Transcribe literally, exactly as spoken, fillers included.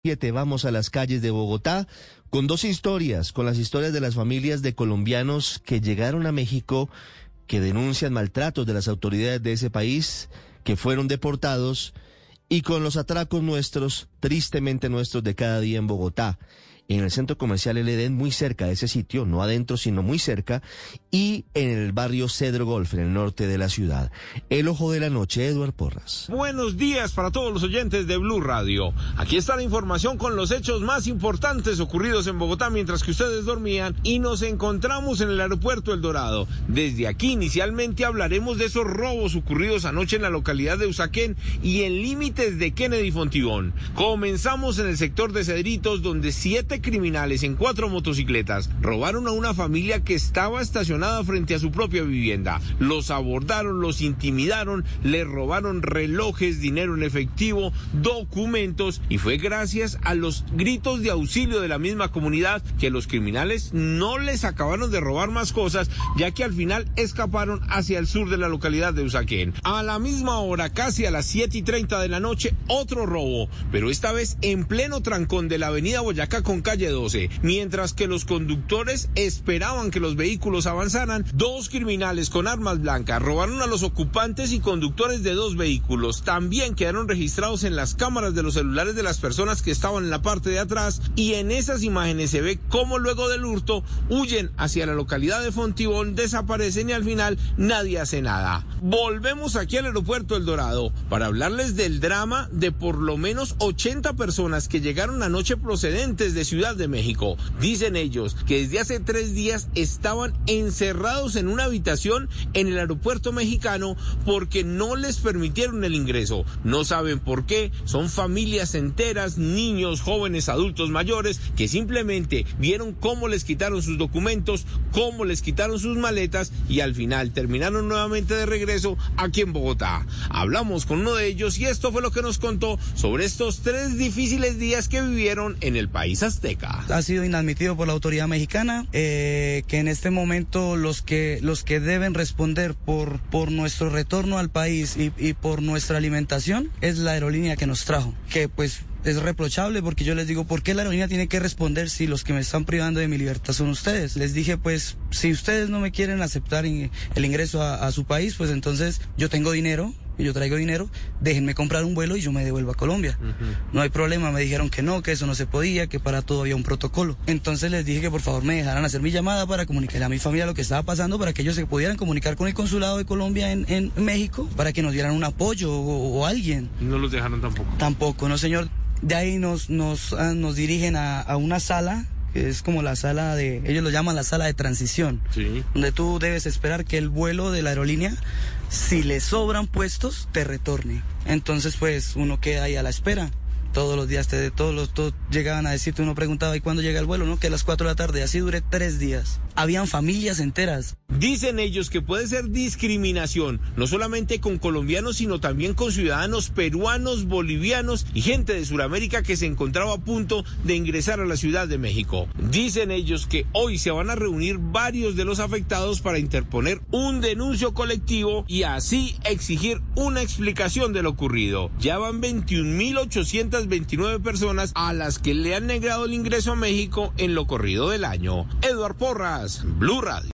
Vamos a las calles de Bogotá con dos historias, con las historias de las familias de colombianos que llegaron a México, que denuncian maltratos de las autoridades de ese país, que fueron deportados, y con los atracos nuestros, tristemente nuestros, de cada día en Bogotá, en el centro comercial El Edén, muy cerca de ese sitio, no adentro, sino muy cerca, y en el barrio Cedro Golf, en el norte de la ciudad. El ojo de la noche, Eduard Porras. Buenos días para todos los oyentes de Blue Radio. Aquí está la información con los hechos más importantes ocurridos en Bogotá mientras que ustedes dormían, y nos encontramos en el aeropuerto El Dorado. Desde aquí inicialmente hablaremos de esos robos ocurridos anoche en la localidad de Usaquén y en límites de Kennedy Fontibón. Comenzamos en el sector de Cedritos, donde siete criminales en cuatro motocicletas robaron a una familia que estaba estacionada frente a su propia vivienda. Los abordaron, los intimidaron, les robaron relojes, dinero en efectivo, documentos, y fue gracias a los gritos de auxilio de la misma comunidad que los criminales no les acabaron de robar más cosas, ya que al final escaparon hacia el sur de la localidad de Usaquén. A la misma hora, casi a las siete y treinta de la noche, otro robo, pero esta vez en pleno trancón de la avenida Boyacá con calle doce. Mientras que los conductores esperaban que los vehículos avanzaran, dos criminales con armas blancas robaron a los ocupantes y conductores de dos vehículos. También quedaron registrados en las cámaras de los celulares de las personas que estaban en la parte de atrás, y en esas imágenes se ve cómo luego del hurto huyen hacia la localidad de Fontibón, desaparecen y al final nadie hace nada. Volvemos aquí al aeropuerto El Dorado para hablarles del drama de por lo menos ochenta personas que llegaron anoche procedentes de Ciudad de México. Dicen ellos que desde hace tres días estaban encerrados en una habitación en el aeropuerto mexicano porque no les permitieron el ingreso. No saben por qué, son familias enteras, niños, jóvenes, adultos mayores, que simplemente vieron cómo les quitaron sus documentos, cómo les quitaron sus maletas, y al final terminaron nuevamente de regreso aquí en Bogotá. Hablamos con uno de ellos y esto fue lo que nos contó sobre estos tres difíciles días que vivieron en el país azteca. Ha sido inadmitido por la autoridad mexicana, eh, que en este momento los que los que deben responder por, por nuestro retorno al país y, y por nuestra alimentación es la aerolínea que nos trajo, que pues es reprochable, porque yo les digo, ¿por qué la aerolínea tiene que responder si los que me están privando de mi libertad son ustedes? Les dije, pues, si ustedes no me quieren aceptar el ingreso a, a su país, pues entonces yo tengo dinero, y yo traigo dinero, déjenme comprar un vuelo y yo me devuelvo a Colombia. Uh-huh. No hay problema. Me dijeron que no, que eso no se podía, que para todo había un protocolo. Entonces les dije que por favor me dejaran hacer mi llamada para comunicarle a mi familia lo que estaba pasando, para que ellos se pudieran comunicar con el consulado de Colombia en, en México, para que nos dieran un apoyo o, o alguien. ¿No los dejaron tampoco? Tampoco, no señor. De ahí nos, nos, ah, nos dirigen a, a una sala, que es como la sala de, ellos lo llaman la sala de transición, sí, donde tú debes esperar que el vuelo de la aerolínea, si le sobran puestos, te retorne. Entonces pues uno queda ahí a la espera. Todos los días, te, todos los todos llegaban a decirte, uno preguntaba, ¿y cuándo llega el vuelo? No, que a las cuatro de la tarde, así duré tres días. Habían familias enteras. Dicen ellos que puede ser discriminación, no solamente con colombianos, sino también con ciudadanos peruanos, bolivianos y gente de Sudamérica que se encontraba a punto de ingresar a la Ciudad de México. Dicen ellos que hoy se van a reunir varios de los afectados para interponer un denuncio colectivo y así exigir una explicación de lo ocurrido. Ya van veintiún mil ochocientas veintinueve personas a las que le han negado el ingreso a México en lo corrido del año. Eduard Porras, Blue Radio.